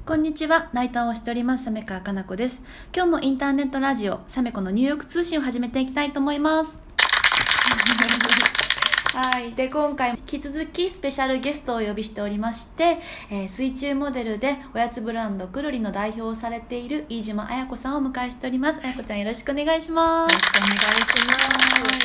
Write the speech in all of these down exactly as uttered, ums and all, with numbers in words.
こんにちは、ライターをしております鮫川かな子です。今日もインターネットラジオサメコのニューヨーク通信を始めていきたいと思いますはい、で今回引き続きスペシャルゲストをお呼びしておりまして、えー、水中モデルでおやつブランドくるりの代表をされている飯島彩子さんをお迎えしております。彩子ちゃん、よろしくお願いします。 よろしくお願いします。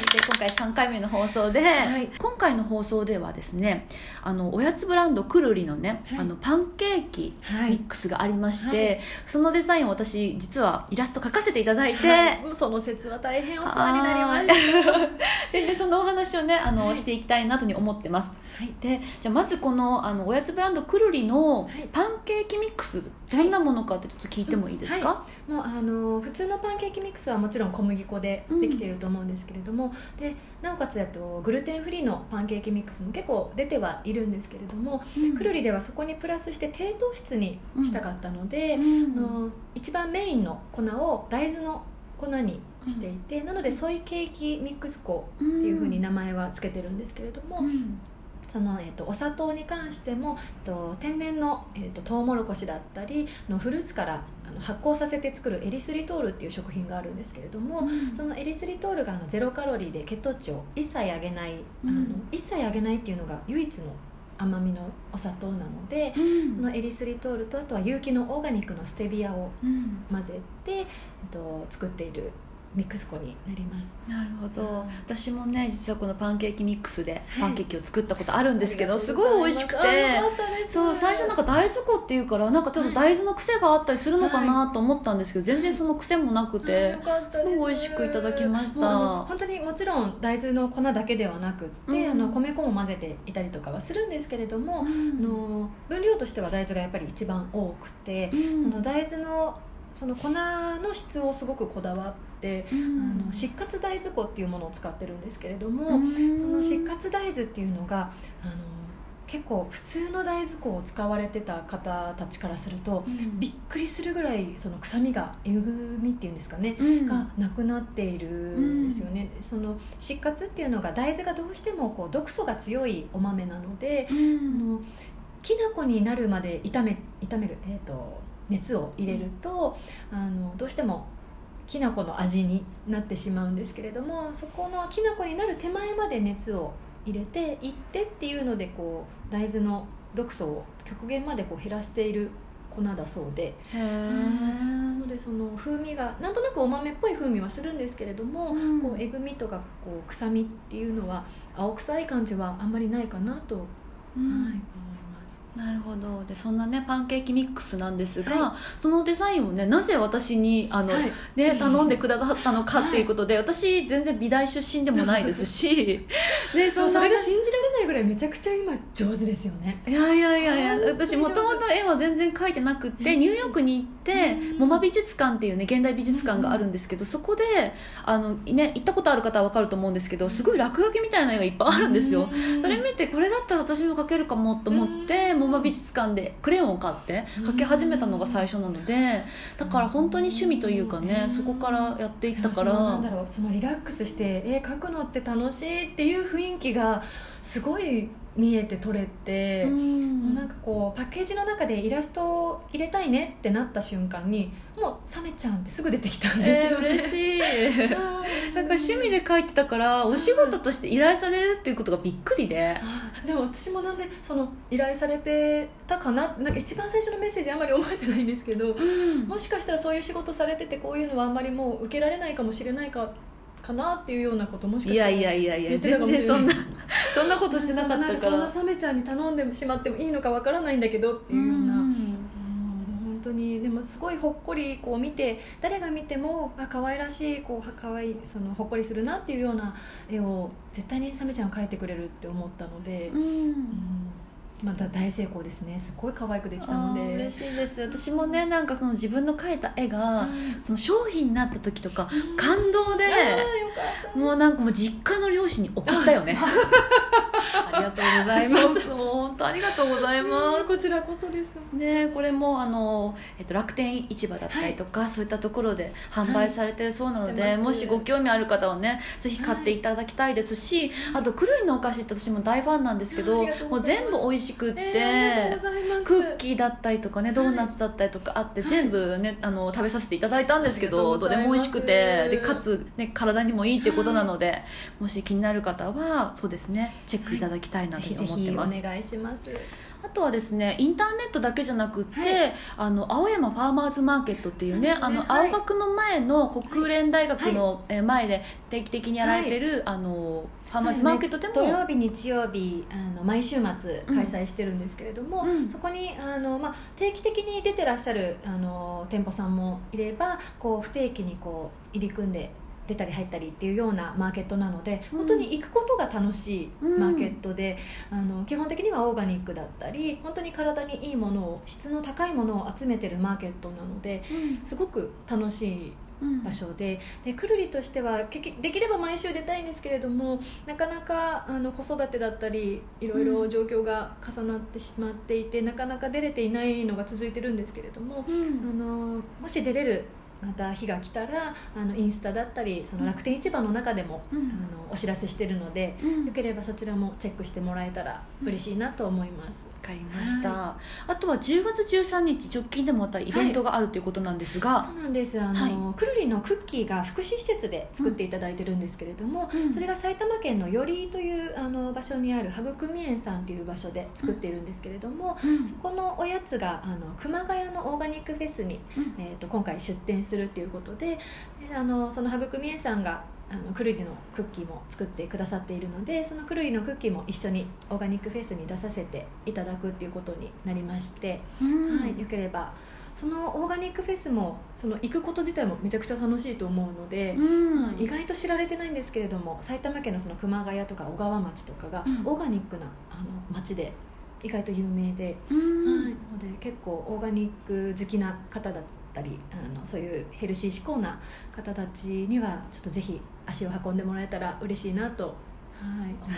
で今回さんかいめの放送で、はい、今回の放送ではですね、あのおやつブランドくるりのね、はい、あのパンケーキミックスがありまして、はい、そのデザインを私実はイラスト描かせていただいて、はい、 その説は大変お世話になりましたで, でそのお話をねあの、はい、していきたいなとに思ってます、はい、でじゃあまずこのあのおやつブランドくるりのパンケーキミックス、どんなものかってちょっと聞いてもいいですか？ はい、もうあの普通のパンケーキミックスはもちろん小麦粉でできていると思うんですけれども、うん、でなおかつだとグルテンフリーのパンケーキミックスも結構出てはいるんですけれども、うん、くるりではそこにプラスして低糖質にしたかったので、うん、の一番メインの粉を大豆の粉にしていて、うん、なのでソイケーキミックス粉っていう風に名前はつけてるんですけれども、うん、その、えー、とお砂糖に関しても、えー、と天然の、えー、とトウモロコシだったりのフルーツからあの発酵させて作るエリスリトールっていう食品があるんですけれども、うん、そのエリスリトールがあのゼロカロリーで血糖値を一切上げない、うん、あの一切上げないっていうのが唯一の甘みのお砂糖なので、うん、そのエリスリトールとあとは有機のオーガニックのステビアを混ぜて、うんえっと、作っているミックス粉になります。 なるほど、うん、私もね実はこのパンケーキミックスでパンケーキを作ったことあるんですけど、はい、すごい美味しくて、そう最初なんか大豆粉っていうからなんかちょっと大豆の癖があったりするのかなと思ったんですけど、はい、全然その癖もなくて、すごい美味しくいただきました。 本当にもちろん大豆の粉だけではなくって、うん、あの米粉も混ぜていたりとかはするんですけれども、うん、の分量としては大豆がやっぱり一番多くて、うん、その大豆のその粉の質をすごくこだわって、うん、あの失活大豆粉っていうものを使ってるんですけれども、うん、その失活大豆っていうのがあの結構普通の大豆粉を使われてた方たちからすると、うん、びっくりするぐらいその臭みがえぐみっていうんですかね、うん、がなくなっているんですよね、うん、その失活っていうのが大豆がどうしてもこう毒素が強いお豆なので、うん、そのきな粉になるまで炒め、炒める、えーと熱を入れると、うん、あのどうしてもきな粉の味になってしまうんですけれども、そこのきな粉になる手前まで熱を入れていってっていうのでこう大豆の毒素を極限までこう減らしている粉だそうで、 へなのでその風味がなんとなくお豆っぽい風味はするんですけれども、うん、こうえぐみとかこう臭みっていうのは青臭い感じはあんまりないかなと、うん、はいなるほど。でそんなねパンケーキミックスなんですが、はい、そのデザインをねなぜ私にあの、はいね、頼んでくださったのかっていうことで、はい、私全然美大出身でもないですしで そ, それが信じられないぐらいめちゃくちゃ今上手ですよね。 いやいやいやいや私もともと絵は全然描いてなくってニューヨークに行ってモマ美術館っていうね現代美術館があるんですけど、そこであの、ね、行ったことある方は分かると思うんですけど、すごい落書きみたいな絵がいっぱいあるんですよ。それ見てこれだったら私も描けるかもと思ってモマ美術館でクレヨンを買って描き始めたのが最初なので、だから本当に趣味というかね、そこからやっていったから、 なんだろう、そのリラックスして絵描くのって楽しいっていう雰囲気がすごい見えて取れて、うん、なんかこうパッケージの中でイラストを入れたいねってなった瞬間にもうサメちゃんってすぐ出てきたんですよ、 ね、えー、嬉しいだから趣味で描いてたからお仕事として依頼されるっていうことがびっくりで、 うん、でも私もなんでその依頼されてたかな、なんか一番最初のメッセージあんまり覚えてないんですけど、うん、もしかしたらそういう仕事されててこういうのはあんまりもう受けられないかもしれないかかなっていうようなこともしかしたらいやいやいやいや全然そんなそんなことしてなかったから、 そんなサメちゃんに頼んでしまってもいいのかわからないんだけどっていうような、うん、本当にでもすごいほっこりこう見て誰が見てもあ可愛らしいこう可愛いそのほっこりするなっていうような絵を絶対にサメちゃんが描いてくれるって思ったので、うんうんまた大成功ですね。すごい可愛くできたので嬉しいです。私もねなんかその自分の描いた絵が、うん、その商品になった時とか、うん、感動で、もうなんかもう実家の両親に送ったよねありがとうございます。 そうそう、本当ありがとうございます。 こちらこそです。 ね、これもあの、えっと、楽天市場だったりとか、はい、そういったところで販売されてるそうなので、はい、もしご興味ある方はねぜひ買っていただきたいですし、はい、あとくるりのお菓子って私も大ファンなんですけど、もう全部美味しくって、えー、クッキーだったりとかねドーナツだったりとかあって、はい、全部ねあの食べさせていただいたんですけど、どれも美味しくて、でかつ、ね、体にもいいっていうことなので、はい、もし気になる方はそうですねチェックいただきたいなと思ってます。 はい、ぜひぜひお願いします。 あとはですねインターネットだけじゃなくて、はい、あの青山ファーマーズマーケットっていうね、あの青学の前の国連大学の前で定期的にやられてる、はい、あのファーマーズマーケットでも、 ね、土曜日日曜日あの毎週末開催してるんですけれども、うん、そこにあの、まあ、定期的に出てらっしゃるあの店舗さんもいれば、こう不定期にこう入り組んで出たり入ったりっていうようなマーケットなので、本当に行くことが楽しいマーケットで、うん、あの基本的にはオーガニックだったり本当に体にいいものを質の高いものを集めてるマーケットなので、うん、すごく楽しい場所で、でくるりとしてはできれば毎週出たいんですけれども、なかなかあの子育てだったりいろいろ状況が重なってしまっていて、うん、なかなか出れていないのが続いてるんですけれども、うん、あのもし出れるまた日が来たらあのインスタだったりその楽天市場の中でも、うん、あのお知らせしてるので、うん、よければそちらもチェックしてもらえたら嬉しいなと思います。 わ、うん、かりました、はい、あとはじゅうがつじゅうさんにち直近でもまたイベントがあるということなんですが、 はい、そうなんです。あの、はい、くるりのクッキーが福祉施設で作っていただいてるんですけれども、うん、それが埼玉県の寄居というあの場所にあるはぐくみ園さんという場所で作っているんですけれども、うん、そこのおやつがあの熊谷のオーガニックフェスに、うん、えー、と今回出店するということで、であのそのはぐくみ園さんがあのくるりのクッキーも作ってくださっているので、そのくるりのクッキーも一緒にオーガニックフェスに出させていただくっていうことになりまして、はい、よければそのオーガニックフェスもその行くこと自体もめちゃくちゃ楽しいと思うので、うん、意外と知られてないんですけれども、埼玉県のその熊谷とか小川町とかがオーガニックなあの町で意外と有名で、うん、はい、なので結構オーガニック好きな方だったりあのそういうヘルシー志向な方たちにはちょっとぜひ足を運んでもらえたら嬉しいなと、はい、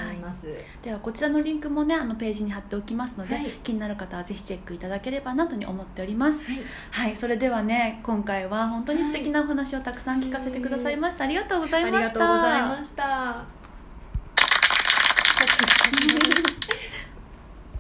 思います、はい、 ではこちらのリンクもねあのページに貼っておきますので、はい、気になる方はぜひチェックいただければなとに思っております。はい、はい、それではね今回は本当に素敵なお話をたくさん聞かせてくださいました、はい、ありがとうございました。 ありがとうございました